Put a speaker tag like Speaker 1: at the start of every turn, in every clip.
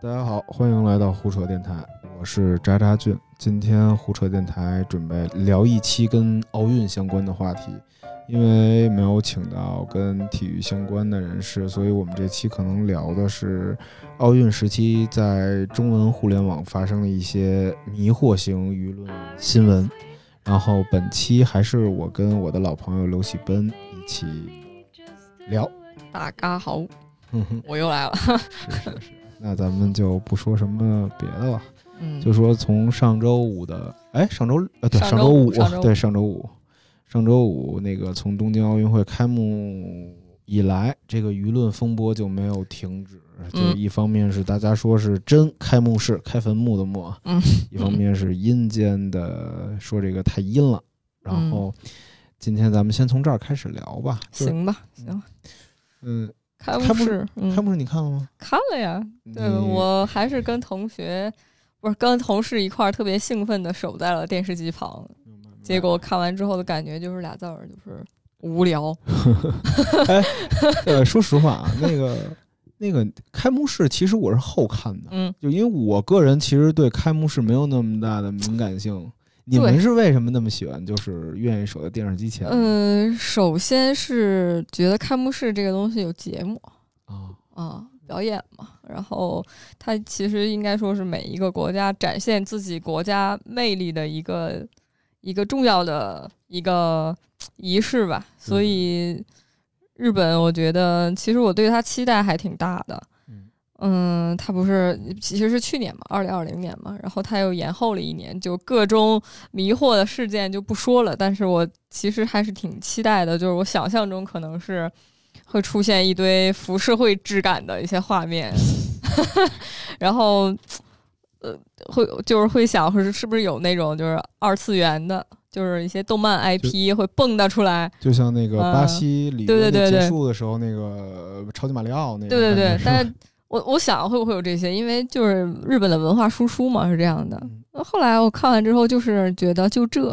Speaker 1: 大家好，欢迎来到胡扯电台，我是渣渣俊。今天胡扯电台准备聊一期跟奥运相关的话题，因为没有请到跟体育相关的人士，所以我们这期可能聊的是奥运时期在中文互联网发生的一些迷惑型舆论新闻。然后本期还是我跟我的老朋友刘喜奔一起聊。
Speaker 2: 大家好，我又来了。
Speaker 1: 是，那咱们就不说什么别的了，就说从上周五的，上周五那个从东京奥运会开幕以来，这个舆论风波就没有停止。就一方面是大家说是真开幕式，开坟墓的墓，一方面是阴间的说这个太阴了。然后今天咱们先从这儿开始聊吧。
Speaker 2: 行吧，行。开幕式
Speaker 1: 你看了吗？
Speaker 2: 看了呀。对，我还是跟同事一块儿特别兴奋的守在了电视机旁，结果看完之后的感觉就是俩字儿，就是无聊。
Speaker 1: 说实话啊，那个开幕式其实我是后看的，就因为我个人其实对开幕式没有那么大的敏感性。你们是为什么那么喜欢，就是愿意守在电视机前？
Speaker 2: 首先是觉得开幕式这个东西有节目表演嘛，然后它其实应该说是每一个国家展现自己国家魅力的一个重要的一个仪式吧。所以日本我觉得其实我对它期待还挺大的。它不是其实是去年嘛，2020年嘛，然后它又延后了1年，就各种迷惑的事件就不说了，但是我其实还是挺期待的，就是我想象中可能是会出现一堆浮世绘质感的一些画面。然后会想是不是有那种就是2次元的，就是一些动漫 IP 会蹦跶出来，
Speaker 1: 就像那个巴西里约结束的时候那个超级马里奥那个。
Speaker 2: 对，但是我想会不会有这些，因为就是日本的文化输出嘛，是这样的。后来我看完之后就是觉得就这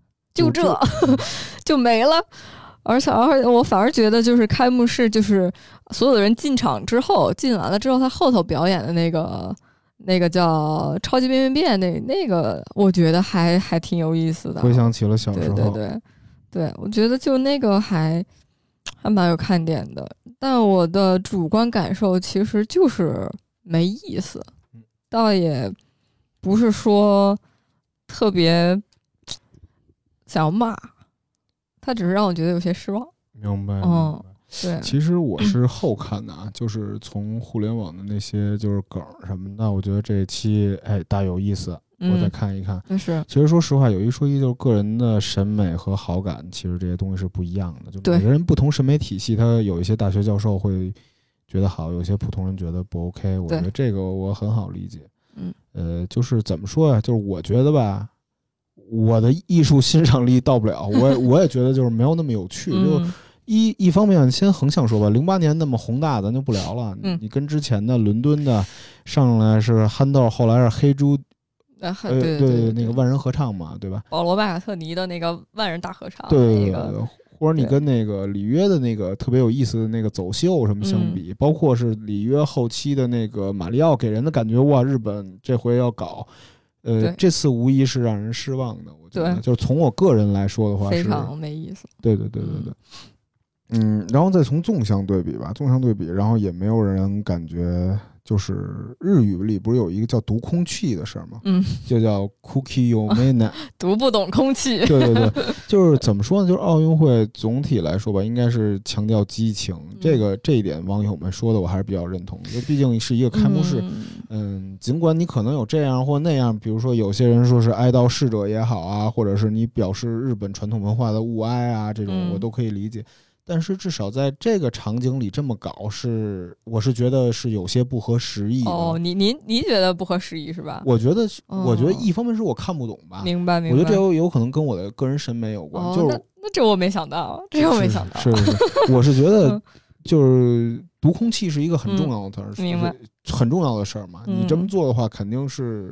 Speaker 2: 就没了。而且我反而觉得就是开幕式，就是所有的人进场之后，进完了之后他后头表演的那个叫超级变变变，那个我觉得还挺有意思的，
Speaker 1: 回想起了小时候。
Speaker 2: 对，我觉得就那个还蛮有看点的。但我的主观感受其实就是没意思，倒也不是说特别想要骂，他只是让我觉得有些失望。
Speaker 1: 明白。
Speaker 2: 对，
Speaker 1: 其实我是后看的啊，就是从互联网的那些就是梗什么的，我觉得这一期大有意思，我再看一看。
Speaker 2: 是，
Speaker 1: 其实说实话，有一说一，就是个人的审美和好感，其实这些东西是不一样的。就每个人不同审美体系，他有一些大学教授会觉得好，有些普通人觉得不 OK。我觉得这个我很好理解。就是怎么说呀？就是我觉得吧，我的艺术欣赏力到不了，我也觉得就是没有那么有趣。就一方面先横向说吧，08年那么宏大咱就不聊了。你跟之前的伦敦的上来是憨豆，后来是黑猪，对，那个万人合唱嘛，对吧？
Speaker 2: 保罗·麦卡特尼的那个万人大合唱，
Speaker 1: 对，或者你跟那个里约的那个特别有意思的那个走秀什么相比，包括是里约后期的那个马里奥，给人的感觉哇，日本这回要搞。这次无疑是让人失望的，我觉得。就是从我个人来说的话，
Speaker 2: 非常没意思。
Speaker 1: 对。然后再从纵向对比，然后也没有人感觉，就是日语里不是有一个叫读空气的事儿吗？就叫 Cookie Yomena，
Speaker 2: 读不懂空气。
Speaker 1: 对，就是怎么说呢？就是奥运会总体来说吧，应该是强调激情，这一点网友们说的我还是比较认同的。就毕竟是一个开幕式，尽管你可能有这样或那样，比如说有些人说是哀悼逝者也好啊，或者是你表示日本传统文化的物哀啊，这种我都可以理解。但是至少在这个场景里这么搞，我是觉得是有些不合时宜的。
Speaker 2: 你觉得不合时宜是吧？
Speaker 1: 我觉得一方面是我看不懂吧。
Speaker 2: 明白。
Speaker 1: 我觉得这有可能跟我的个人审美有关。就是
Speaker 2: 那这我没想到，
Speaker 1: 是，我是觉得就是读空气是一个很重要的事儿，
Speaker 2: 明白，
Speaker 1: 很重要的事儿嘛。你这么做的话，肯定是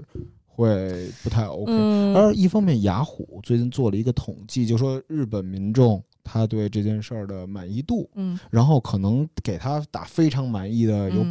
Speaker 1: 会不太 OK。而一方面，雅虎最近做了一个统计，就说日本民众他对这件事儿的满意度，然后可能给他打非常满意的有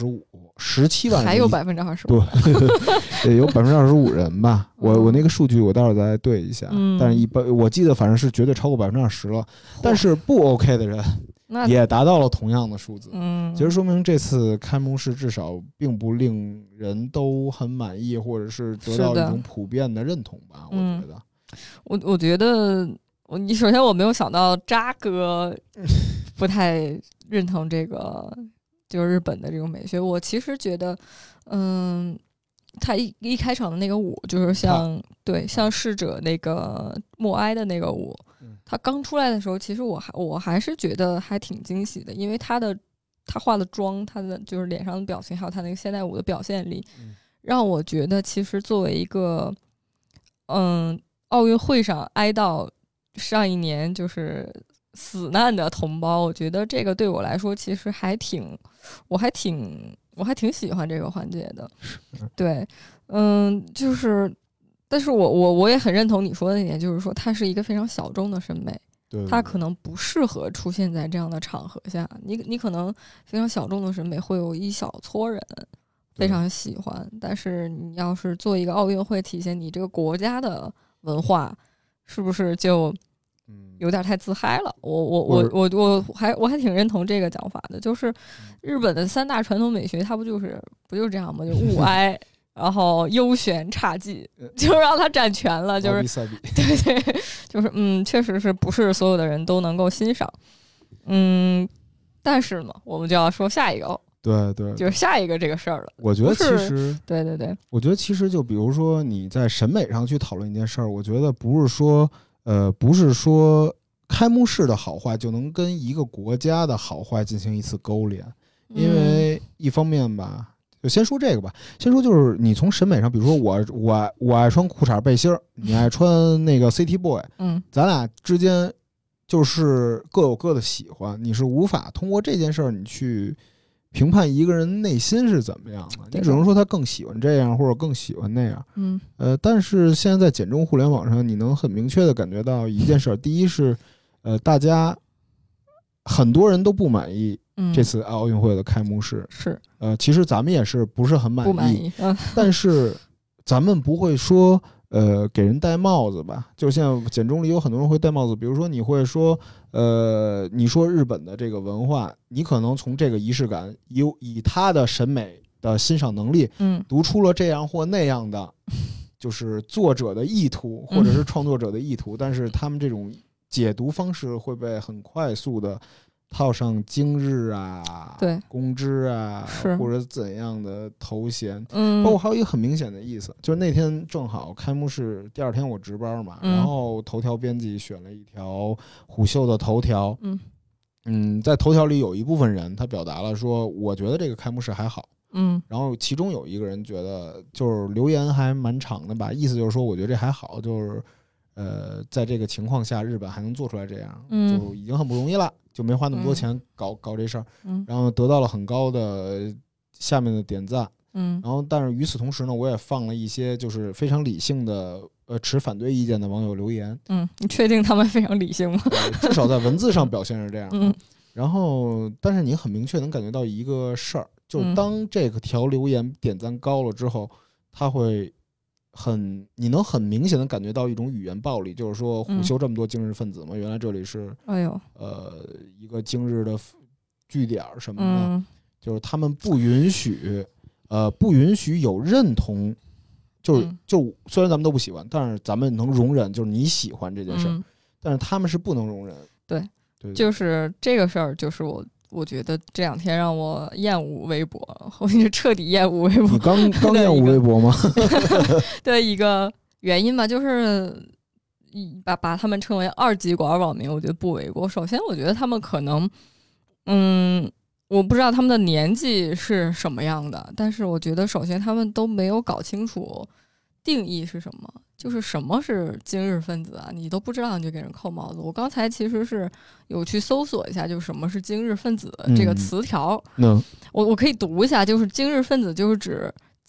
Speaker 1: 25%，17万人，
Speaker 2: 还有25%，
Speaker 1: 对，有25%人吧。我那个数据我待会儿再对一下，但是一般我记得反正是绝对超过20%了。但是不 OK 的人也达到了同样的数字，其实说明这次开幕式至少并不令人都很满意，或者是得到一种普遍的认同吧。
Speaker 2: 我觉得你首先我没有想到渣哥不太认同这个就是日本的这种美学。我其实觉得他一开场的那个舞就是像逝者那个默哀的那个舞，他刚出来的时候其实我还是觉得还挺惊喜的，因为他化的妆，他的就是脸上的表情，还有他那个现代舞的表现力，让我觉得其实作为一个奥运会上哀悼上一年就是死难的同胞，我觉得这个对我来说其实我还挺喜欢这个环节的。对，就是，但是我也很认同你说的一点，就是说它是一个非常小众的审美，它可能不适合出现在这样的场合下。你可能非常小众的审美会有一小撮人非常喜欢，但是你要是做一个奥运会，体现你这个国家的文化，是不是就有点太自嗨了？我还挺认同这个讲法的，就是日本的3大传统美学，它不就是这样吗？就物哀，然后优选侘寂，就让它占全了，就是对，就是确实是不是所有的人都能够欣赏，但是嘛，我们就要说下一个。
Speaker 1: 对，
Speaker 2: 就是下一个这个事儿了。
Speaker 1: 我觉得其实
Speaker 2: 对，
Speaker 1: 我觉得其实就比如说你在审美上去讨论一件事儿，我觉得不是说开幕式的好坏就能跟一个国家的好坏进行一次勾连，因为一方面吧，就先说这个吧，先说就是你从审美上，比如说我爱穿裤衩背心儿，你爱穿那个 City Boy，咱俩之间就是各有各的喜欢，你是无法通过这件事儿你去评判一个人内心是怎么样的，你只能说他更喜欢这样或者更喜欢那样。但是现在在简中互联网上，你能很明确的感觉到一件事，第一是大家很多人都不满意这次奥运会的开幕式，
Speaker 2: 是
Speaker 1: 其实咱们也是不是很满意，但是咱们不会说给人戴帽子吧，就像简中里有很多人会戴帽子，比如说你会说你说日本的这个文化，你可能从这个仪式感以他的审美的欣赏能力读出了这样或那样的就是作者的意图或者是创作者的意图，但是他们这种解读方式会被很快速的套上今日啊，
Speaker 2: 对，
Speaker 1: 公知啊，或者怎样的头衔，包括还有一个很明显的意思，就是那天正好开幕式第2天我值班嘛，然后头条编辑选了一条虎嗅的头条，在头条里有一部分人他表达了说，我觉得这个开幕式还好，然后其中有一个人觉得就是留言还蛮长的吧，意思就是说我觉得这还好，就是在这个情况下日本还能做出来这样，就已经很不容易了，就没花那么多钱搞这事儿，然后得到了很高的下面的点赞，然后但是与此同时呢，我也放了一些就是非常理性的持反对意见的网友留言，
Speaker 2: 你确定他们非常理性吗？
Speaker 1: 至少在文字上表现是这样，然后但是你很明确能感觉到一个事儿，就是当这个条留言点赞高了之后，他会你能很明显的感觉到一种语言暴力，就是说虎嗅这么多今日分子嘛，原来这里是一个今日的据点什么的，就是他们不允许有认同，就虽然咱们都不喜欢，但是咱们能容忍，就是你喜欢这件事，但是他们是不能容忍。对，
Speaker 2: 就是这个事儿，就是我觉得这2天让我厌恶微博，我是彻底厌恶微博。
Speaker 1: 你刚厌恶微博吗？
Speaker 2: 对，一个原因吧，就是把他们称为2极管网民，我觉得不为过。首先，我觉得他们可能，我不知道他们的年纪是什么样的，但是我觉得首先他们都没有搞清楚定义是什么。就是什么是今日分子啊？你都不知道你就给人扣帽子。我刚才其实是有去搜索一下，就是什么是今日分子这个词条。我可以读一下，就是今日分子就是指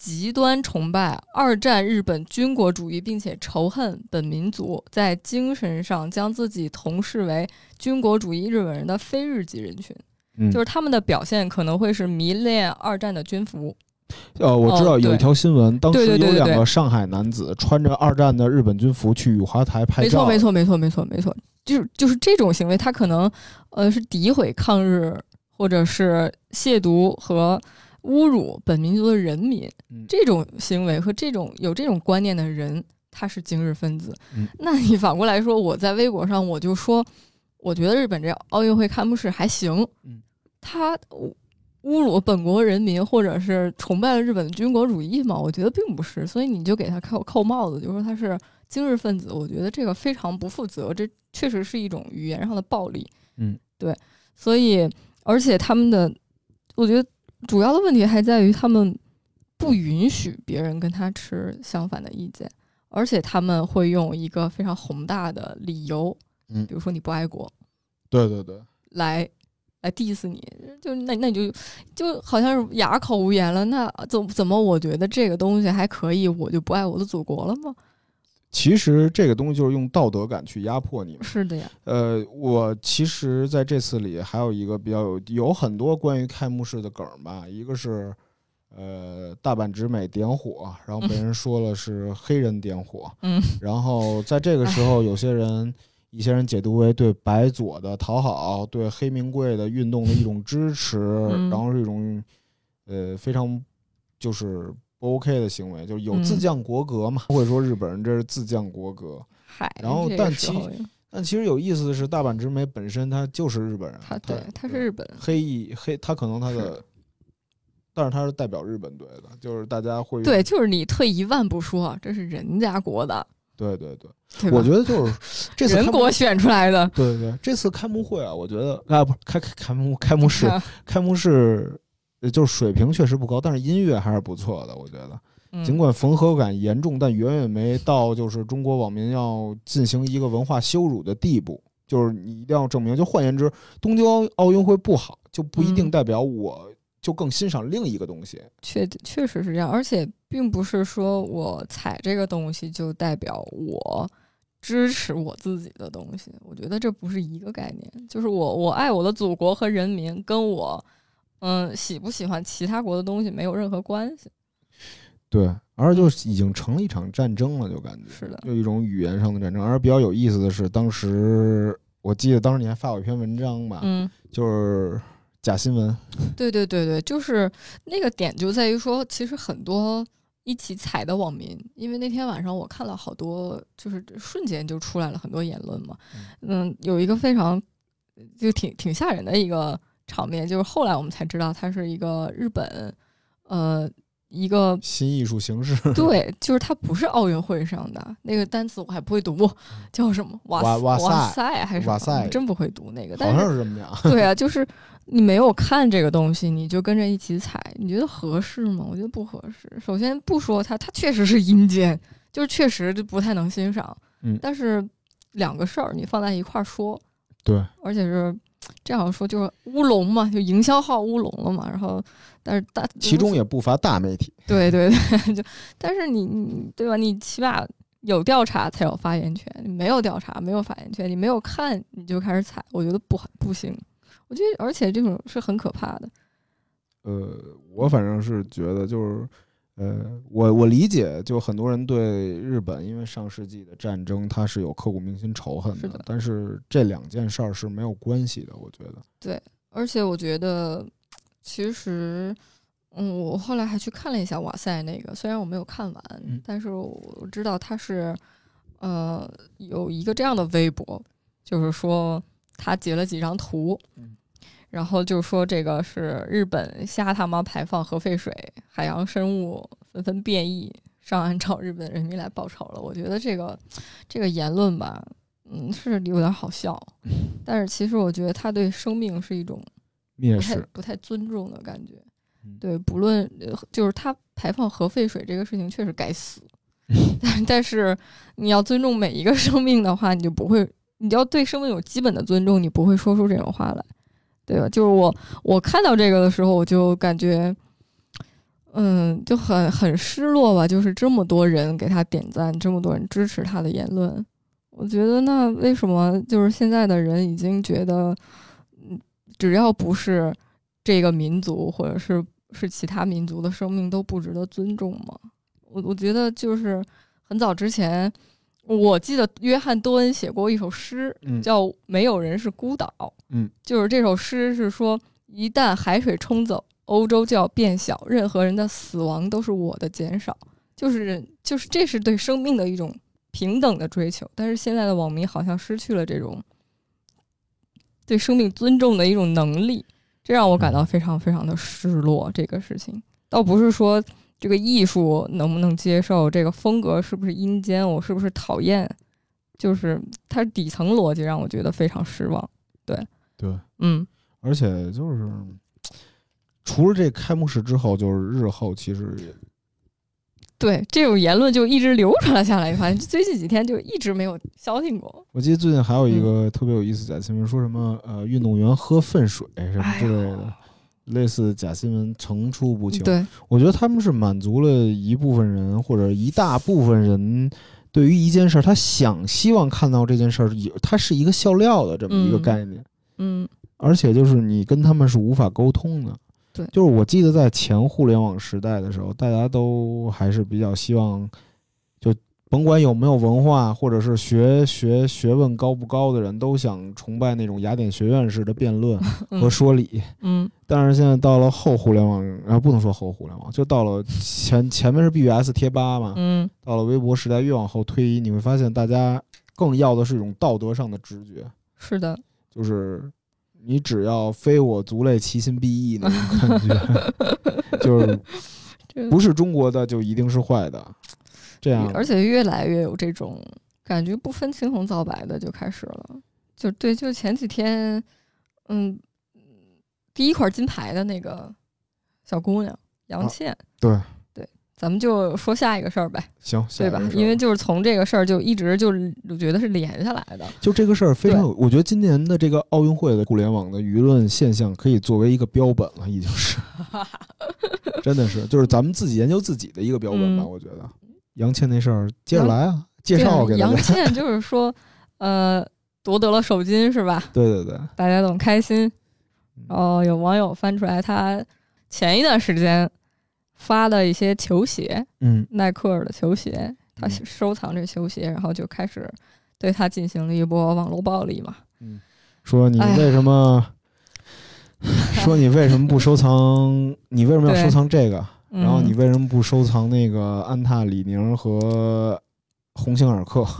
Speaker 2: 极端崇拜二战日本军国主义，并且仇恨本民族，在精神上将自己同视为军国主义日本人的非日籍人群。就是他们的表现可能会是迷恋二战的军服。
Speaker 1: 我知道有一条新闻，当时有2个上海男子穿着二战的日本军服去雨花台拍照。
Speaker 2: 没错，就是这种行为，他可能是诋毁抗日，或者是亵渎和侮辱本民族的人民，这种行为和有这种观念的人，他是今日分子。那你反过来说，我在微博上我就说，我觉得日本这奥运会开幕式还行，他侮辱本国人民或者是崇拜了日本的军国主义吗？我觉得并不是，所以你就给他扣帽子，就说他是今日分子。我觉得这个非常不负责，这确实是一种语言上的暴力。对，所以而且他们的，我觉得主要的问题还在于他们不允许别人跟他持相反的意见，而且他们会用一个非常宏大的理由，比如说你不爱国，
Speaker 1: 对，
Speaker 2: 来 diss 你，就那你就好像是哑口无言了。那怎么我觉得这个东西还可以，我就不爱我的祖国了吗？
Speaker 1: 其实这个东西就是用道德感去压迫你。
Speaker 2: 是的呀。
Speaker 1: 我其实在这次里还有一个比较有很多关于开幕式的梗吧，一个是大阪直美点火，然后被人说了是黑人点火，然后在这个时候一些人解读为对白左的讨好，对黑名贵的运动的一种支持，然后是一种非常就是不 OK 的行为，就是有自降国格嘛，会说日本人这是自降国格。然后但其实有意思的是，大阪直美本身他就是日本人，
Speaker 2: 他是日本
Speaker 1: 黑，他可能他的，但是他是代表日本队的，就是大家会
Speaker 2: 对，就是你退一万步说，这是人家国的。
Speaker 1: 对，我觉得就是这次
Speaker 2: 人国选出来的。
Speaker 1: 对，这次开幕会啊，我觉得不开幕式就是水平确实不高，但是音乐还是不错的，我觉得。尽管缝合感严重，但远远没到就是中国网民要进行一个文化羞辱的地步。就是你一定要证明，就换言之，东京奥运会不好，就不一定代表我就更欣赏另一个东西。
Speaker 2: 确实是这样，而且并不是说我踩这个东西就代表我支持我自己的东西。我觉得这不是一个概念，就是我爱我的祖国和人民，跟我喜不喜欢其他国的东西没有任何关系。
Speaker 1: 对，而就已经成了一场战争了，就感觉
Speaker 2: 是的，
Speaker 1: 就一种语言上的战争。而比较有意思的是，当时我记得当时你还发过一篇文章吧，就是假新闻。
Speaker 2: 对，就是那个点就在于说，其实很多一起踩的网民，因为那天晚上我看了好多，就是瞬间就出来了很多言论嘛。有一个非常就挺吓人的一个场面，就是后来我们才知道，它是一个日本一个
Speaker 1: 新艺术形式。
Speaker 2: 对，就是它不是奥运会上的那个单词，我还不会读，叫什么瓦塞还是
Speaker 1: 瓦塞，
Speaker 2: 真不会读那个，
Speaker 1: 好像是这么讲。
Speaker 2: 对啊，就是你没有看这个东西，你就跟着一起踩，你觉得合适吗？我觉得不合适。首先不说它确实是阴间，就是确实就不太能欣赏。但是两个事儿你放在一块儿说，
Speaker 1: 对，
Speaker 2: 而且是这样说，就是乌龙嘛，就营销号乌龙了嘛。然后，但是
Speaker 1: 其中也不乏大媒体。
Speaker 2: 对，就但是你对吧？你起码有调查才有发言权，你没有调查没有发言权，你没有看你就开始踩，我觉得不行。我觉得而且这种是很可怕的。
Speaker 1: 我反正是觉得就是我理解，就很多人对日本因为上世纪的战争它是有刻骨铭心仇恨的，但是这两件事儿是没有关系的，我觉得。
Speaker 2: 对，而且我觉得其实我后来还去看了一下瓦塞那个，虽然我没有看完，但是我知道他是有一个这样的微博，就是说他截了几张图，然后就说这个是日本瞎他妈排放核废水，海洋生物纷纷变异，上岸找日本人民来报仇了。我觉得这个言论吧，是有点好笑，但是其实我觉得他对生命是一种
Speaker 1: 蔑视，
Speaker 2: 不太尊重的感觉。对，不论就是他排放核废水这个事情确实该死，但是你要尊重每一个生命的话，你就不会，你要对生命有基本的尊重，你不会说出这种话来。对吧？就是我看到这个的时候，我就感觉， 就很失落吧，就是这么多人给他点赞，这么多人支持他的言论。我觉得那为什么就是现在的人已经觉得，只要不是这个民族或者是其他民族的生命都不值得尊重吗？我觉得就是很早之前，我记得约翰多恩写过一首诗，叫《没有人是孤岛》。就是这首诗是说，一旦海水冲走，欧洲就要变小，任何人的死亡都是我的减少。就是这是对生命的一种平等的追求，但是现在的网民好像失去了这种对生命尊重的一种能力，这让我感到非常非常的失落。这个事情倒不是说这个艺术能不能接受，这个风格是不是阴间，我是不是讨厌，就是它底层逻辑让我觉得非常失望。对，
Speaker 1: 而且就是除了这开幕式之后，就是日后其实也
Speaker 2: 对这种言论就一直流传了下来，发现最近几天就一直没有消停过。
Speaker 1: 我记得最近还有一个特别有意思假新闻，说什么运动员喝粪水什么之类的，类似假新闻层出不穷。
Speaker 2: 对，
Speaker 1: 我觉得他们是满足了一部分人或者一大部分人对于一件事他希望看到这件事它是一个笑料的这么一个概念。而且就是你跟他们是无法沟通的。
Speaker 2: 对，
Speaker 1: 就是我记得在前互联网时代的时候，大家都还是比较希望，就甭管有没有文化或者是学问高不高的人，都想崇拜那种雅典学院式的辩论和说理。但是现在到了后互联网，不能说后互联网，就到了前面是 BBS 贴吧嘛，到了微博时代，越往后推移，你会发现大家更要的是一种道德上的直觉。
Speaker 2: 是的，
Speaker 1: 就是你只要非我族类，其心必异那种感觉，就是不是中国的就一定是坏的，这样。
Speaker 2: 而且越来越有这种感觉，不分青红皂白的就开始了。就前几天，第一块金牌的那个小姑娘杨倩，
Speaker 1: 对，
Speaker 2: 咱们就说下一个事儿呗，
Speaker 1: 行，
Speaker 2: 对吧？因为就是从这个事儿就一直就我觉得是连下来的。
Speaker 1: 就这个事儿非常，我觉得今年的这个奥运会的互联网的舆论现象可以作为一个标本了，已经是，真的是，就是咱们自己研究自己的一个标本吧。我觉得杨倩那事儿接着来啊，介绍给大家。
Speaker 2: 杨倩就是说，夺得了首金是吧？
Speaker 1: 对，
Speaker 2: 大家都很开心。然后有网友翻出来，他前一段时间发的一些球鞋，耐克尔的球鞋，他收藏这球鞋，然后就开始对他进行了一波网络暴力嘛。
Speaker 1: 说你为什么，说你为什么不收藏？你为什么要收藏这个？然后你为什么不收藏那个安踏、李宁和鸿星尔克？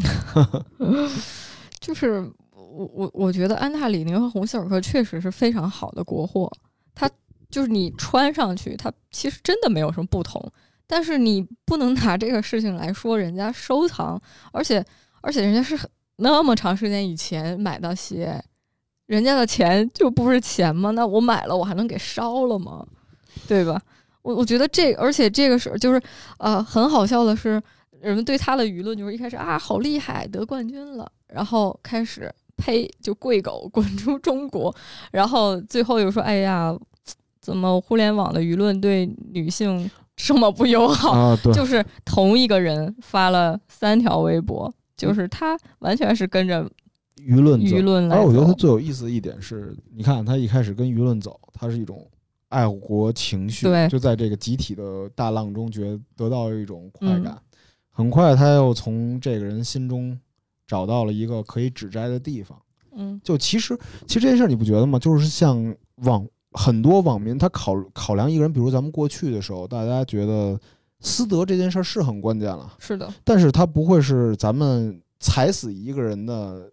Speaker 2: 就是我觉得安踏、李宁和鸿星尔克确实是非常好的国货，它就是你穿上去，它其实真的没有什么不同。但是你不能拿这个事情来说人家收藏，而且人家是那么长时间以前买的鞋，人家的钱就不是钱吗？那我买了我还能给烧了吗？对吧？我觉得而且这个是就是很好笑的是，人们对他的舆论就是一开始好厉害得冠军了，然后开始呸就跪狗滚出中国，然后最后又说哎呀怎么互联网的舆论对女性这么不友好就是同一个人发了3条微博，就是他完全是跟着舆论来走。
Speaker 1: 而我觉得他最有意思的一点是，你看他一开始跟舆论走，他是一种爱国情绪，就在这个集体的大浪中得到一种快感，很快他又从这个人心中找到了一个可以指摘的地方。就其实这件事你不觉得吗？就是像很多网民他考量一个人，比如咱们过去的时候，大家觉得私德这件事是很关键了，
Speaker 2: 是的，
Speaker 1: 但是他不会是咱们踩死一个人的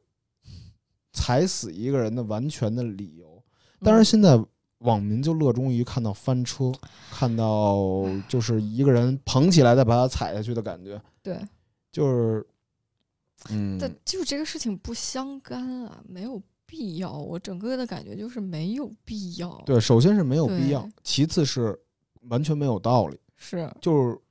Speaker 1: 完全的理由。但是现在网民就热衷于看到翻车，看到就是一个人捧起来再把他踩下去的感觉。
Speaker 2: 对，
Speaker 1: 就是
Speaker 2: 但就是这个事情不相干啊，没有必要。我整个的感觉就是没有必要。
Speaker 1: 对，首先是没有必要，其次是完全没有道理。
Speaker 2: 是，
Speaker 1: 就是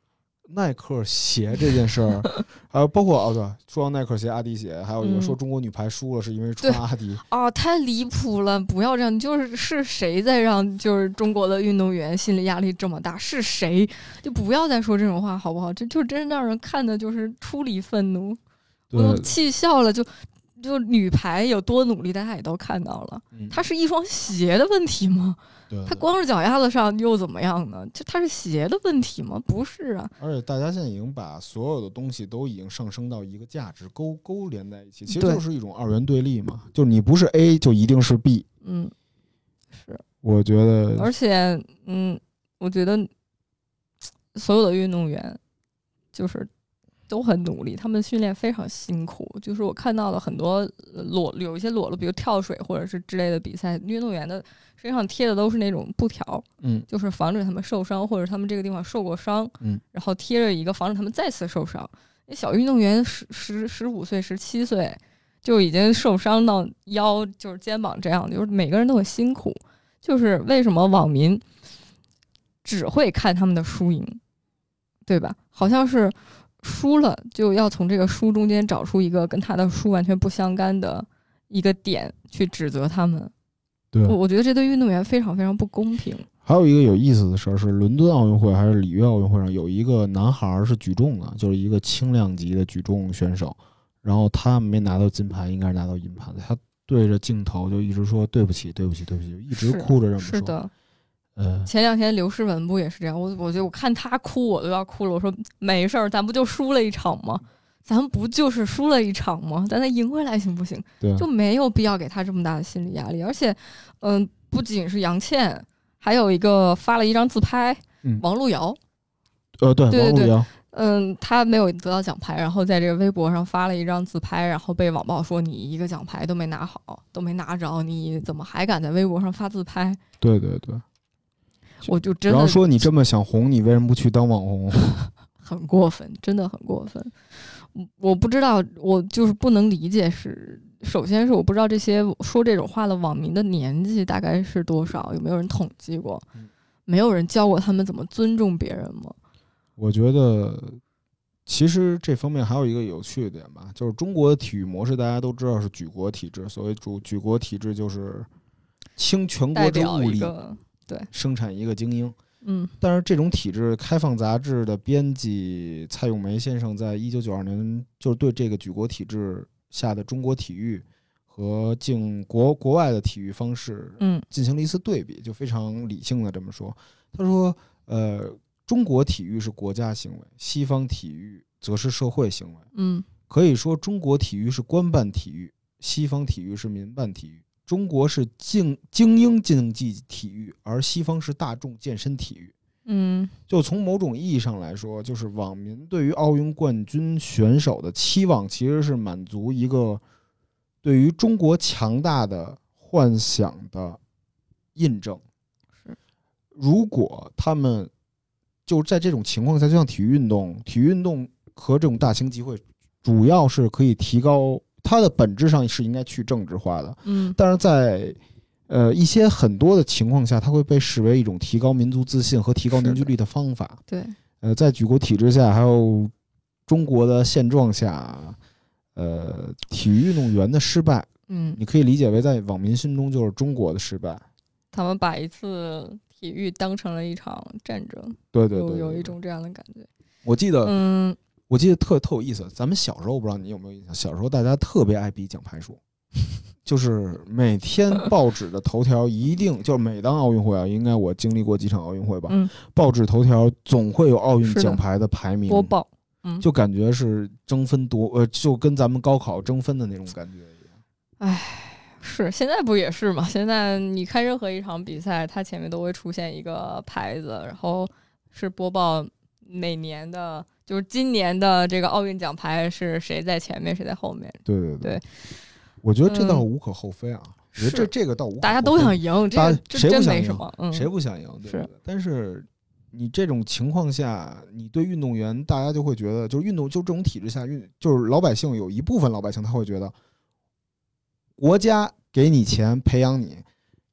Speaker 1: 耐克鞋这件事儿，还有包括对，说到耐克鞋、阿迪鞋，还有一个说中国女排输了是因为穿阿迪
Speaker 2: 太离谱了！不要这样，是谁在让就是中国的运动员心理压力这么大？是谁？就不要再说这种话好不好？这就真让人看的就是出离愤怒，我都气笑了。就女排有多努力，大家也都看到了。它是一双鞋的问题吗？它光是脚丫子上又怎么样呢？就它是鞋的问题吗？不是啊。
Speaker 1: 而且大家现在已经把所有的东西都已经上升到一个价值勾连在一起，其实就是一种二元对立嘛。就你不是 A 就一定是 B。
Speaker 2: 是。
Speaker 1: 我觉得，
Speaker 2: 而且我觉得所有的运动员就是都很努力，他们训练非常辛苦。就是我看到了很多有一些裸露，比如跳水或者是之类的比赛，运动员的身上贴的都是那种布条，就是防止他们受伤，或者他们这个地方受过伤，然后贴着一个防止他们再次受伤。小运动员15岁、17岁就已经受伤到腰，就是肩膀这样，就是每个人都很辛苦。就是为什么网民只会看他们的输赢，对吧？好像是输了就要从这个输中间找出一个跟他的输完全不相干的一个点去指责他们。
Speaker 1: 对，
Speaker 2: 我觉得这对运动员非常非常不公平。
Speaker 1: 还有一个有意思的事儿是，伦敦奥运会还是里约奥运会上有一个男孩是举重的，就是一个轻量级的举重选手，然后他没拿到金牌，应该是拿到银牌的，他对着镜头就一直说对不起对不起对不起，就一直哭着这么说。
Speaker 2: 是的。前两天刘诗雯不也是这样？我觉得我看他哭我都要哭了。我说没事儿，咱不就输了一场吗？咱不就是输了一场吗？咱再赢回来行不行？就没有必要给他这么大的心理压力。而且不仅是杨倩，还有一个发了一张自拍，王璐瑶。对
Speaker 1: 王璐瑶。
Speaker 2: 他没有得到奖牌，然后在这个微博上发了一张自拍，然后被网暴说你一个奖牌都没拿好，都没拿着，你怎么还敢在微博上发自拍？
Speaker 1: 对，
Speaker 2: 我就真的，
Speaker 1: 然后说你这么想红，你为什么不去当网红？
Speaker 2: 很过分，真的很过分。我不知道，我就是不能理解是，首先是我不知道这些说这种话的网民的年纪大概是多少，有没有人统计过？没有人教过他们怎么尊重别人吗？
Speaker 1: 我觉得其实这方面还有一个有趣的点吧，就是中国的体育模式大家都知道是举国体制，所谓举国体制就是倾全国之物力，
Speaker 2: 对，
Speaker 1: 生产一个精英。但是这种体制，开放杂志的编辑蔡永梅先生在1992年就是对这个举国体制下的中国体育和国外的体育方式进行了一次对比，就非常理性的这么说。他说中国体育是国家行为，西方体育则是社会行为。可以说中国体育是官办体育，西方体育是民办体育。中国是精英竞技体育，而西方是大众健身体育。就从某种意义上来说，就是网民对于奥运冠军选手的期望，其实是满足一个对于中国强大的幻想的印证。如果他们就在这种情况下，就像体育运动和这种大型集会，主要是可以提高它的本质上是应该去政治化的。但是在一些很多的情况下，它会被视为一种提高民族自信和提高凝聚力的方法。
Speaker 2: 对，
Speaker 1: 在举国体制下，还有中国的现状下，体育运动员的失败，你可以理解为在网民心中就是中国的失败。
Speaker 2: 他们把一次体育当成了一场战争，
Speaker 1: 对，
Speaker 2: 有一种这样的感觉。
Speaker 1: 我记得特有意思。咱们小时候，我不知道你有没有印象，小时候大家特别爱比奖牌数。就是每天报纸的头条一定就是每当奥运会啊，应该我经历过几场奥运会吧，报纸头条总会有奥运奖牌的排名
Speaker 2: 播报，
Speaker 1: 就感觉是争分就跟咱们高考争分的那种感觉一样。
Speaker 2: 是现在不也是吗？现在你看任何一场比赛，它前面都会出现一个牌子，然后是播报哪年的，就是今年的这个奥运奖牌是谁在前面，谁在后面。对。
Speaker 1: 我觉得这倒无可厚非啊，我觉得这个倒无可厚非，
Speaker 2: 大家都想赢，这真没什么，
Speaker 1: 谁不想赢？对。但是你这种情况下，你对运动员，大家就会觉得，就是就这种体制下，就是老百姓有一部分老百姓他会觉得，国家给你钱培养你，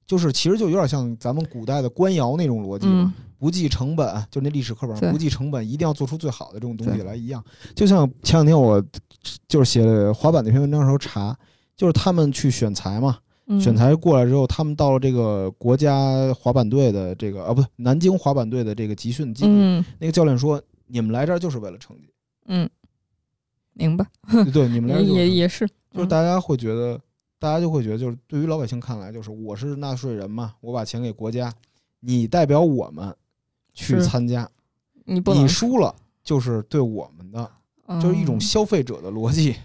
Speaker 1: 就是其实就有点像咱们古代的官窑那种逻辑嘛，不计成本，就那历史课本上不计成本，一定要做出最好的这种东西来一样。就像前两天我就是写滑板那篇文章的时候查，就是他们去选材嘛，选材过来之后，他们到了这个国家滑板队的这个不对，南京滑板队的这个集训基地，那个教练说：“你们来这儿就是为了成绩。”
Speaker 2: 明白。
Speaker 1: 对，你们来这儿
Speaker 2: 也是，
Speaker 1: 就是大家会觉得。大家就会觉得，就是对于老百姓看来，就是我是纳税人嘛，我把钱给国家，你代表我们去参加，你输了就是对我们的，就是一种消费者的逻辑。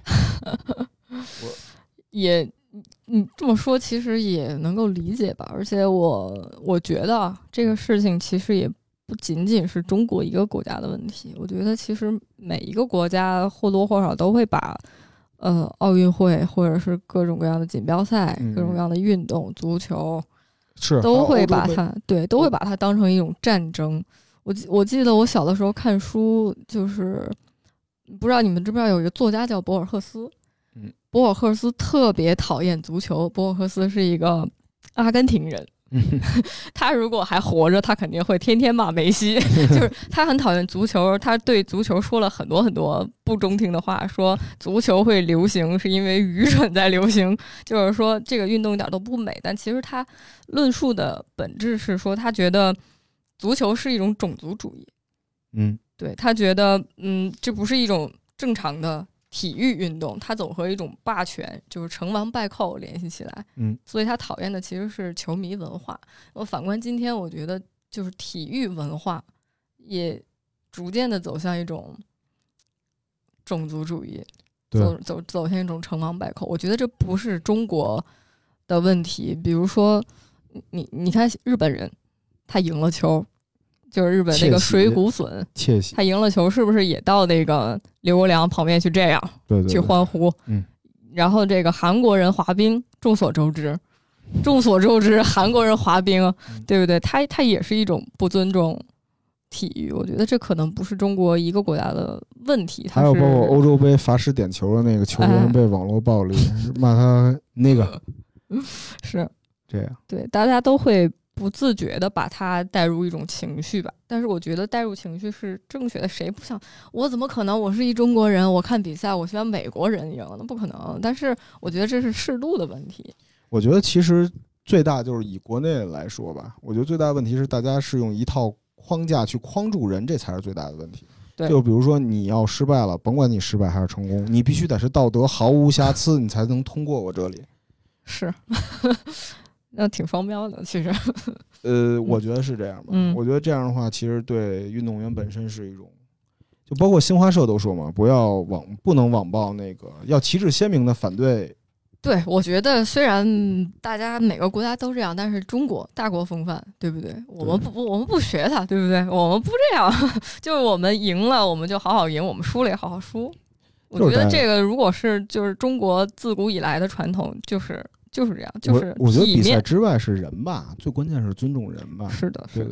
Speaker 2: 你这么说其实也能够理解吧？而且我觉得这个事情其实也不仅仅是中国一个国家的问题，我觉得其实每一个国家或多或少都会把。奥运会或者是各种各样的锦标赛，各种各样的运动，足球都会把它都会把它当成一种战争。我记得我小的时候看书，就是不知道你们知不知道有一个作家叫博尔赫斯，博尔赫斯特别讨厌足球。博尔赫斯是一个阿根廷人。他如果还活着，他肯定会天天骂梅西。就是他很讨厌足球，他对足球说了很多很多不中听的话，说足球会流行是因为愚蠢在流行，就是说这个运动一点都不美。但其实他论述的本质是说，他觉得足球是一种种族主义。对，他觉得这不是一种正常的体育运动，它总和一种霸权，就是成王败寇联系起来。所以他讨厌的其实是球迷文化。反观今天，我觉得就是体育文化也逐渐的走向一种种族主义，走向一种成王败寇。我觉得这不是中国的问题。比如说，你看日本人，他赢了球。就是日本那个水谷隼，他赢了球，是不是也到那个刘国梁旁边去这样，去欢呼？然后这个韩国人滑冰，众所周知，韩国人滑冰，对不对？他也是一种不尊重体育。我觉得这可能不是中国一个国家的问题。还
Speaker 1: 有包括欧洲杯罚失点球的那个球员被网络暴力，骂他那个
Speaker 2: 是
Speaker 1: 这样，
Speaker 2: 对，大家都会。不自觉的把它带入一种情绪吧，但是我觉得带入情绪是正确的。谁不想？我怎么可能？我是一中国人，我看比赛，我希望美国人赢，那不可能。但是我觉得这是适度的问题。
Speaker 1: 我觉得其实最大就是以国内来说吧，我觉得最大的问题是大家是用一套框架去框住人，这才是最大的问题。就比如说你要失败了，甭管你失败还是成功，你必须得是道德毫无瑕疵，你才能通过我这里。
Speaker 2: 是。那挺双标的，其实。
Speaker 1: 我觉得是这样吧。我觉得这样的话，其实对运动员本身是一种，就包括新华社都说嘛，不能网暴那个，要旗帜鲜明的反对。
Speaker 2: 对，我觉得虽然大家每个国家都这样，但是中国大国风范，对不对？我们不学他，对不对？我们不这样，就是我们赢了，我们就好好赢；我们输了也好好输。我觉得这个如果是就是中国自古以来的传统，就是这样，就是
Speaker 1: 我觉得比赛之外是人吧，最关键是尊重人吧。
Speaker 2: 是的，
Speaker 1: 对，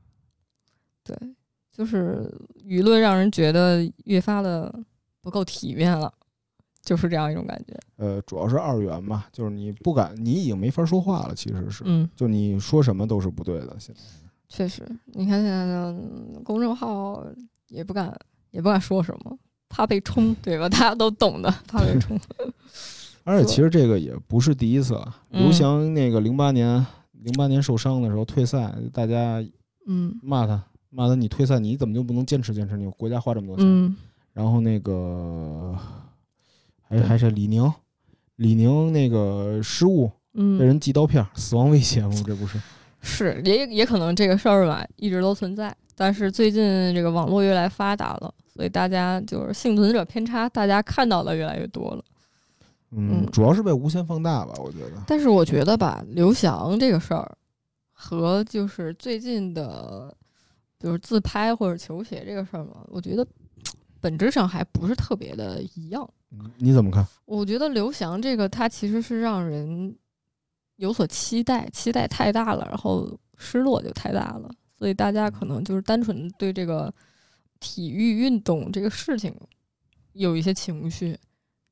Speaker 2: 就是舆论让人觉得越发的不够体面了，就是这样一种感觉。
Speaker 1: 主要是二元嘛，就是你不敢，你已经没法说话了，其实是，就你说什么都是不对的。现在
Speaker 2: 确实，你看现在的公众号也不敢说什么，怕被冲，对吧？大家都懂的，怕被冲。
Speaker 1: 而且其实这个也不是第一次了。刘翔那个08年受伤的时候退赛，大家骂他，你退赛你怎么就不能坚持？你国家花这么多钱。然后那个还是李宁那个失误，被人寄刀片，死亡威胁吗？这不是？
Speaker 2: 是也可能这个事儿吧一直都存在，但是最近这个网络越来越发达了，所以大家就是幸存者偏差，大家看到的越来越多了。
Speaker 1: 主要是被无限放大吧，我觉得。
Speaker 2: 但是我觉得吧，刘翔这个事儿和就是最近的，比如自拍或者球鞋这个事儿嘛，我觉得本质上还不是特别的一样。
Speaker 1: 你怎么看？
Speaker 2: 我觉得刘翔这个他其实是让人有所期待太大了，然后失落就太大了，所以大家可能就是单纯对这个体育运动这个事情有一些情绪。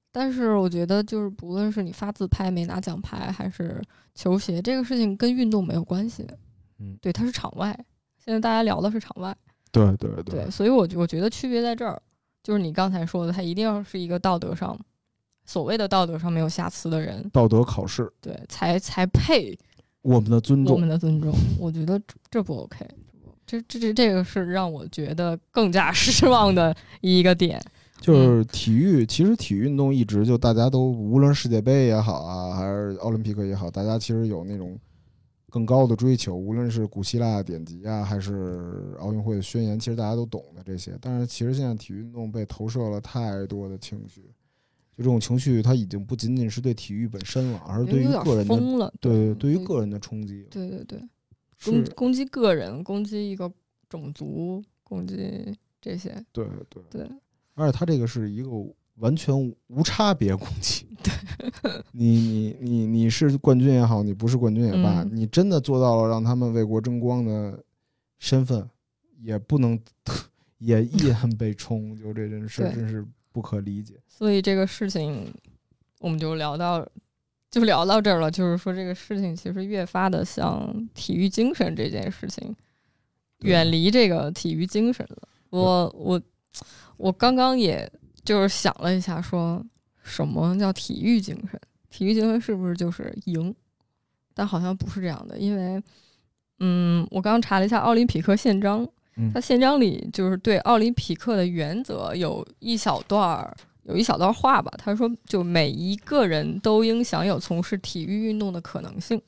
Speaker 2: 但是我觉得就是不论是你发自拍没拿奖牌，还是球鞋，这个事情跟运动没有关系。对，它是场外。现在大家聊的是场外。对，所以我觉得区别在这儿，就是你刚才说的，它一定要是一个道德上，所谓的道德上没有瑕疵的人，
Speaker 1: 道德考试，
Speaker 2: 对，才配
Speaker 1: 我们的尊重。
Speaker 2: 我觉得这不 OK。这个是让我觉得更加失望的一个点。
Speaker 1: 就是体育，其实体育运动一直就大家都无论世界杯也好啊，还是奥林匹克也好，大家其实有那种更高的追求，无论是古希腊典籍啊，还是奥运会的宣言，其实大家都懂的这些。但是其实现在体育运动被投射了太多的情绪，就这种情绪，它已经不仅仅是对体育本身了，而是对于个人的，对于个人的冲击。
Speaker 2: 对，攻击个人，攻击一个种族，攻击这些。对。
Speaker 1: 而且它这个是一个完全无差别攻击。对，你是冠军也好，你不是冠军也罢，你真的做到了让他们为国争光的身份，也不能也依然被冲，就这件事真是不可理解。
Speaker 2: 所以这个事情我们就聊到这儿了，就是说这个事情其实越发的像体育精神这件事情，远离这个体育精神了。我刚刚也就是想了一下，说什么叫体育精神？体育精神是不是就是赢？但好像不是这样的，因为我刚刚查了一下奥林匹克宪章，它宪章里就是对奥林匹克的原则有一小段话吧，他说就每一个人都应享有从事体育运动的可能性，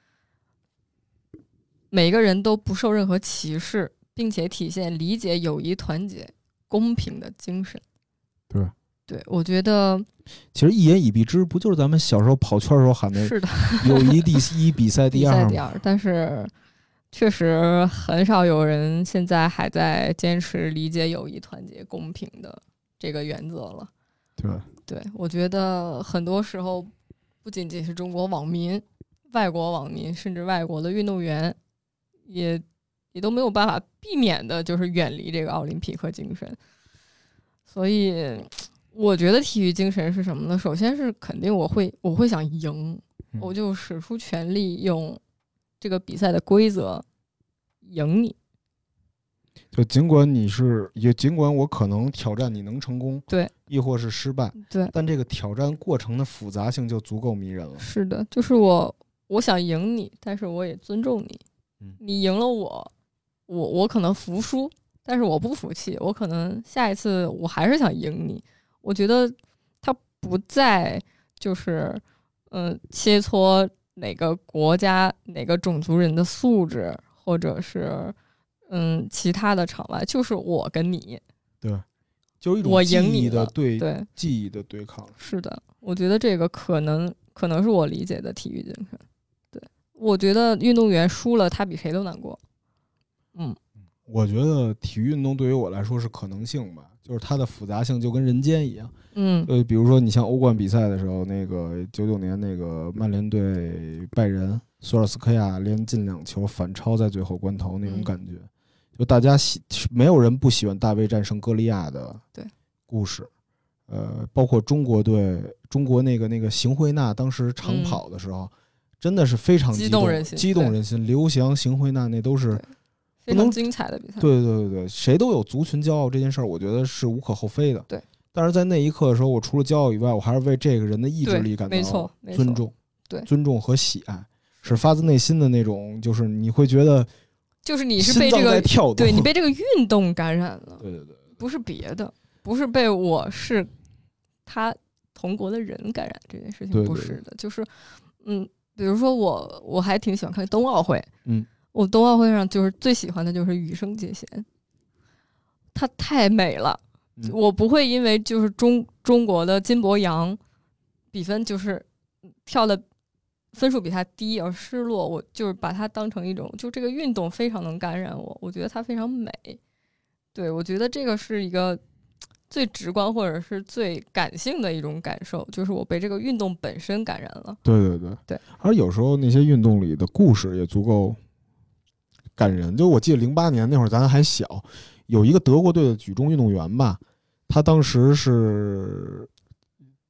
Speaker 2: 每个人都不受任何歧视，并且体现理解、友谊、团结、公平的精神。对，我觉得
Speaker 1: 其实一言以蔽之，不就是咱们小时候跑圈的时候喊的
Speaker 2: 是的，
Speaker 1: 友谊第一，比赛第二。
Speaker 2: 但是确实很少有人现在还在坚持理解、友谊、团结、公平的这个原则了。对，我觉得很多时候不仅仅是中国网民、外国网民，甚至外国的运动员也都没有办法避免的就是远离这个奥林匹克精神。所以我觉得体育精神是什么呢？首先是肯定我会想赢，我就使出全力用这个比赛的规则赢你。
Speaker 1: 就尽管我可能挑战你能成功，
Speaker 2: 对，
Speaker 1: 亦或是失败，
Speaker 2: 对，
Speaker 1: 但这个挑战过程的复杂性就足够迷人了。
Speaker 2: 是的，就是我想赢你，但是我也尊重你。你赢了我可能服输，但是我不服气，我可能下一次我还是想赢你。我觉得他不再就是切磋哪个国家哪个种族人的素质，或者是其他的场外，就是我跟你，
Speaker 1: 对，就是一种记忆的记忆的对抗。
Speaker 2: 是的，我觉得这个可能是我理解的体育精神。对，我觉得运动员输了，他比谁都难过。
Speaker 1: 我觉得体育运动对于我来说是可能性吧，就是它的复杂性就跟人间一样。比如说你像欧冠比赛的时候，那个99年那个曼联对拜仁，索尔斯克亚连进2球反超在最后关头那种感觉，就大家没有人不喜欢大卫战胜歌利亚的故事。包括中国队，中国那个邢慧娜当时长跑的时候，真的是非常激动人心。刘翔、邢慧娜那都是
Speaker 2: 非常精彩的比赛。
Speaker 1: 对，谁都有族群骄傲这件事儿，我觉得是无可厚非的。
Speaker 2: 对，
Speaker 1: 但是在那一刻的时候，我除了骄傲以外，我还是为这个人的意志力感到尊重。
Speaker 2: 对，
Speaker 1: 尊重和喜爱是发自内心的那种，就是你会觉得，
Speaker 2: 就是你是被这个
Speaker 1: 跳动，
Speaker 2: 对你被这个运动感染了。
Speaker 1: 对，
Speaker 2: 不是别的，不是被我是他同国的人感染这件事情，不是的，就是比如说我还挺喜欢看冬奥会，我冬奥会上就是最喜欢的就是羽生结弦，她太美了。我不会因为就是中国的金博洋比分就是跳的分数比他低而失落，我就是把它当成一种，就这个运动非常能感染我觉得它非常美。对，我觉得这个是一个最直观或者是最感性的一种感受，就是我被这个运动本身感染了。对，
Speaker 1: 而有时候那些运动里的故事也足够感人。就我记得08年那会儿咱还小，有一个德国队的举重运动员吧，他当时是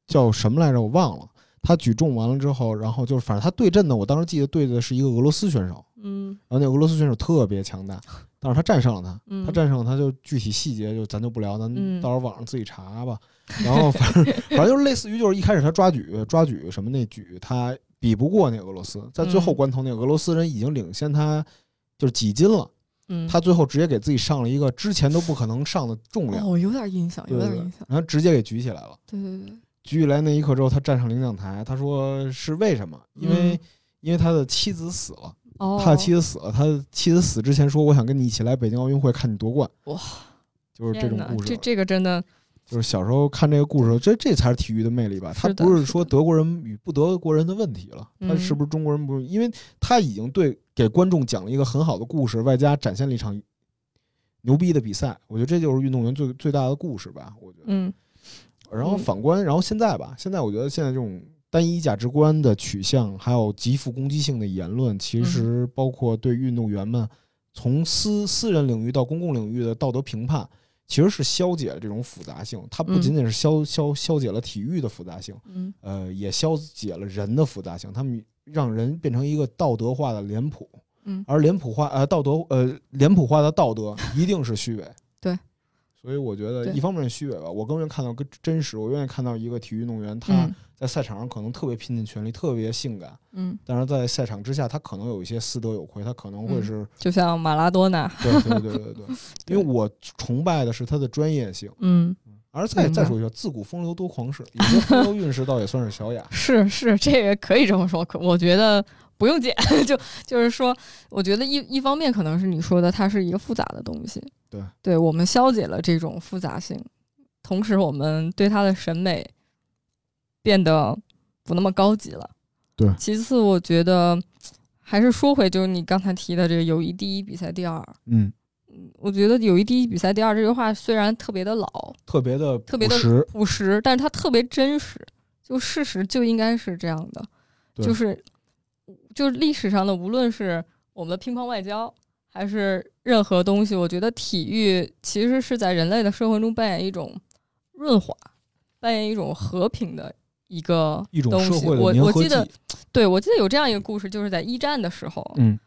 Speaker 1: 叫什么来着我忘了。他举重完了之后，然后就是反正他对阵的，我当时记得对的是一个俄罗斯选手，然后那俄罗斯选手特别强大，但是他战胜了他，他战胜了他，就具体细节咱就不聊，咱到时候网上自己查吧。然后反正就是类似于就是一开始他抓举什么那举他比不过那俄罗斯，在最后关头那个俄罗斯人已经领先他就是几斤了。他最后直接给自己上了一个之前都不可能上的重量，
Speaker 2: 有点印象，
Speaker 1: 然后直接给举起来了。
Speaker 2: 对，
Speaker 1: 举起来那一刻之后，他站上领奖台，他说是为什么？因为他的妻子死了，他的妻子死了，他妻子死之前说我想跟你一起来北京奥运会看你夺冠。
Speaker 2: 哇，
Speaker 1: 就是这种故事。
Speaker 2: 这个真的
Speaker 1: 就是小时候看这个故事，这才是体育的魅力吧？他不是说德国人与不德国人的问题了，他是不是中国人不是？因为他已经给观众讲了一个很好的故事，外加展现了一场牛逼的比赛。我觉得这就是运动员最大的故事吧？我觉得。然后反观，然后现在我觉得现在这种单一价值观的取向，还有极富攻击性的言论，其实包括对运动员们从私人领域到公共领域的道德评判。其实是消解了这种复杂性，它不仅仅是消解了体育的复杂性，也消解了人的复杂性。他们让人变成一个道德化的脸谱，而脸谱化的道德一定是虚伪。
Speaker 2: 对，
Speaker 1: 所以我觉得一方面是虚伪吧，我更愿意看到个真实，我愿意看到一个体育运动员他在赛场上可能特别拼尽全力，特别性感，但是在赛场之下他可能有一些私德有亏，他可能会是
Speaker 2: 就像马拉多纳，
Speaker 1: 对，因为我崇拜的是他的专业性，而再说一句，自古风流多狂士，有些风流韵事倒也算是小雅，
Speaker 2: 是这个可以这么说，我觉得不用剪，就是说，我觉得一方面可能是你说的，它是一个复杂的东西，对，我们消解了这种复杂性，同时我们对它的审美变得不那么高级了。
Speaker 1: 对，
Speaker 2: 其次我觉得还是说回就是你刚才提的这个友谊第一比赛第二，我觉得友谊第一比赛第二这句话虽然特别的老，特别的朴实，但是它特别真实，就事实就应该是这样的，就是历史上的无论是我们的乒乓外交还是任何东西，我觉得体育其实是在人类的社会中扮演一种润滑，扮演一种和平的一个东西。我记得有这样一个故事，就是在一战的时候，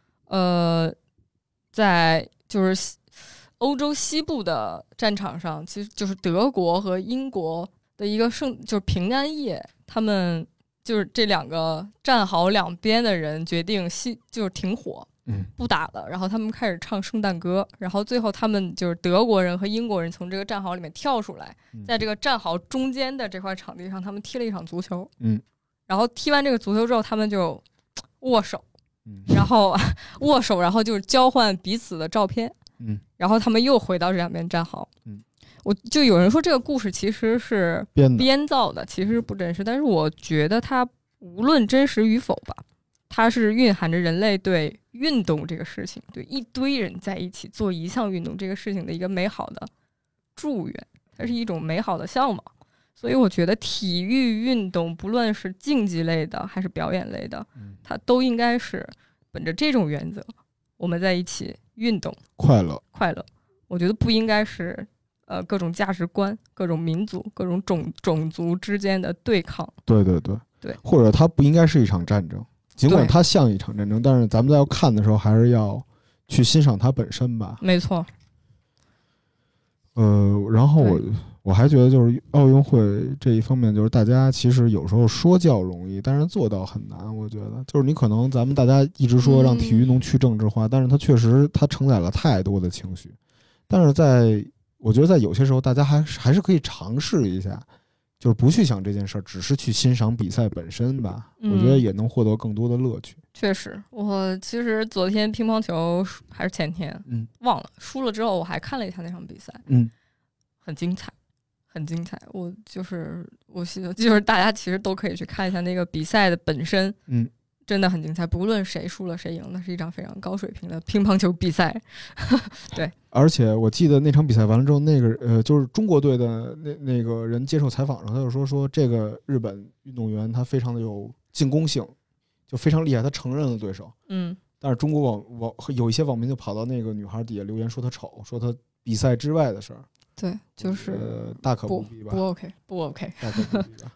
Speaker 2: 在就是欧洲西部的战场上，其实就是德国和英国的一个就是平安夜，他们就是这两个战壕两边的人决定就是停火，不打了，然后他们开始唱圣诞歌，然后最后他们就是德国人和英国人从这个战壕里面跳出来，在这个战壕中间的这块场地上，他们踢了一场足球，然后踢完这个足球之后，他们就握手，然后就是交换彼此的照片，然后他们又回到这两边战壕，我就有人说这个故事其实是编造的，其实不真实，但是我觉得它无论真实与否吧，它是蕴含着人类对运动这个事情，对一堆人在一起做一项运动这个事情的一个美好的祝愿，它是一种美好的向往。所以我觉得体育运动不论是竞技类的还是表演类的，它都应该是本着这种原则，我们在一起运动
Speaker 1: 快乐。
Speaker 2: 我觉得不应该是各种价值观、各种民族、各种种族之间的对抗。
Speaker 1: 对，或者它不应该是一场战争，尽管它像一场战争，但是咱们在要看的时候还是要去欣赏它本身吧。
Speaker 2: 没错。
Speaker 1: 然后我还觉得就是奥运会这一方面，就是大家其实有时候说教容易，但是做到很难。我觉得就是你可能咱们大家一直说让体育运动去政治化，但是它确实它承载了太多的情绪。但是我觉得在有些时候，大家还是可以尝试一下，就是不去想这件事儿，只是去欣赏比赛本身吧。我觉得也能获得更多的乐趣。
Speaker 2: 确实，我其实昨天乒乓球还是前天，忘了输了之后，我还看了一下那场比赛，很精彩，很精彩。我就是大家其实都可以去看一下那个比赛的本身，真的很精彩。不论谁输了谁赢，那是一场非常高水平的乒乓球比赛。对，
Speaker 1: 而且我记得那场比赛完了之后，那个就是中国队的那个人接受采访上，他就说这个日本运动员他非常的有进攻性，就非常厉害，他承认了对手。但是中国有一些网民就跑到那个女孩底下留言说他丑，说他比赛之外的事儿。
Speaker 2: 对，就是
Speaker 1: 大可不必吧，
Speaker 2: 不 OK， 大可不必吧。对，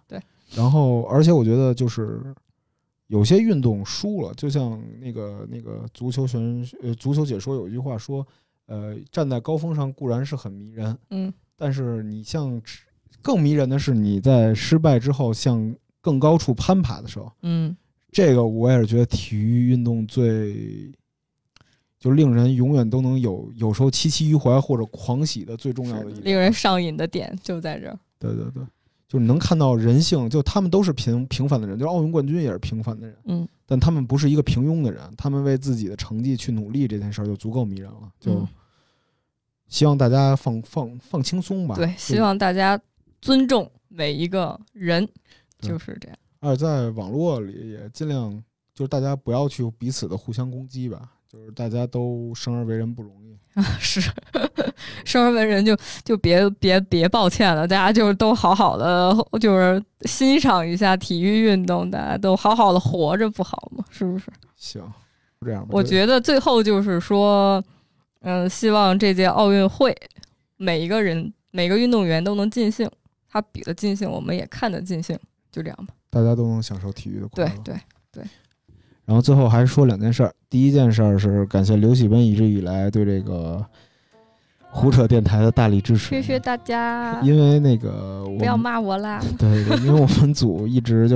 Speaker 1: 然后而且我觉得就是有些运动输了，就像那个足球解说有一句话说，站在高峰上固然是很迷人，但是你像更迷人的是你在失败之后向更高处攀爬的时候，这个我也是觉得体育运动最就令人永远都能有时候戚戚于怀或者狂喜的最重要的一点，
Speaker 2: 令人上瘾的点就在这儿。
Speaker 1: 对对对，就是你能看到人性，就他们都是平凡的人，就是奥运冠军也是平凡的人，但他们不是一个平庸的人，他们为自己的成绩去努力，这件事儿就足够迷人了。就希望大家放轻松吧。
Speaker 2: 对，希望大家尊重每一个人，就是这样。而
Speaker 1: 在网络里也尽量，就是大家不要去彼此的互相攻击吧。就是大家都生而为人不容易
Speaker 2: 是生而为人就别抱歉了，大家就都好好的，就是欣赏一下体育运动，大家都好好的活着不好吗？是不是？
Speaker 1: 行，这样吧。
Speaker 2: 我觉得最后就是说，希望这届奥运会每个运动员都能尽兴，他比的尽兴，我们也看得尽兴，就这样吧。
Speaker 1: 大家都能享受体育的快乐。
Speaker 2: 对。
Speaker 1: 然后最后还是说2件事儿。第一件事儿是感谢刘喜奔一直以来对这个胡扯电台的大力支持，
Speaker 2: 谢谢大家。
Speaker 1: 因为那个
Speaker 2: 不要骂我啦。
Speaker 1: 对，因为我们组一直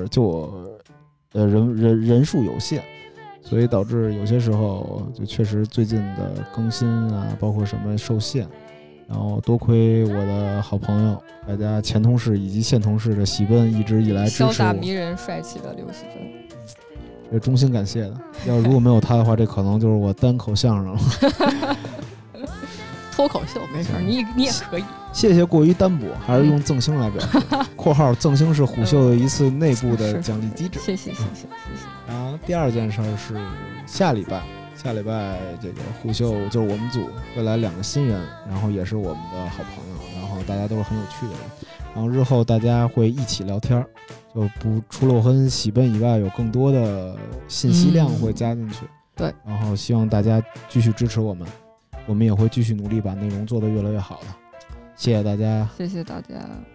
Speaker 1: 人数有限，所以导致有些时候就确实最近的更新啊，包括什么受限。然后多亏我的好朋友，大家前同事以及现同事的喜奔一直以来支持我，
Speaker 2: 潇洒迷人帅气的刘喜奔。
Speaker 1: 衷心感谢的，如果没有他的话，这可能就是我单口相声了。
Speaker 2: 脱口秀没事，你也可以。
Speaker 1: 谢谢过于单薄，还是用赠星来表示。括号赠星是虎秀的一次内部的奖励机制。
Speaker 2: 谢谢。
Speaker 1: 然后第2件事是下礼拜这个虎秀就是我们组会来2个新人，然后也是我们的好朋友，然后大家都是很有趣的人，然后日后大家会一起聊天，就除了我和喜奔以外，有更多的信息量会加进去。
Speaker 2: 对，
Speaker 1: 然后希望大家继续支持我们，我们也会继续努力把内容做得越来越好的。谢谢大家。
Speaker 2: 谢谢大家。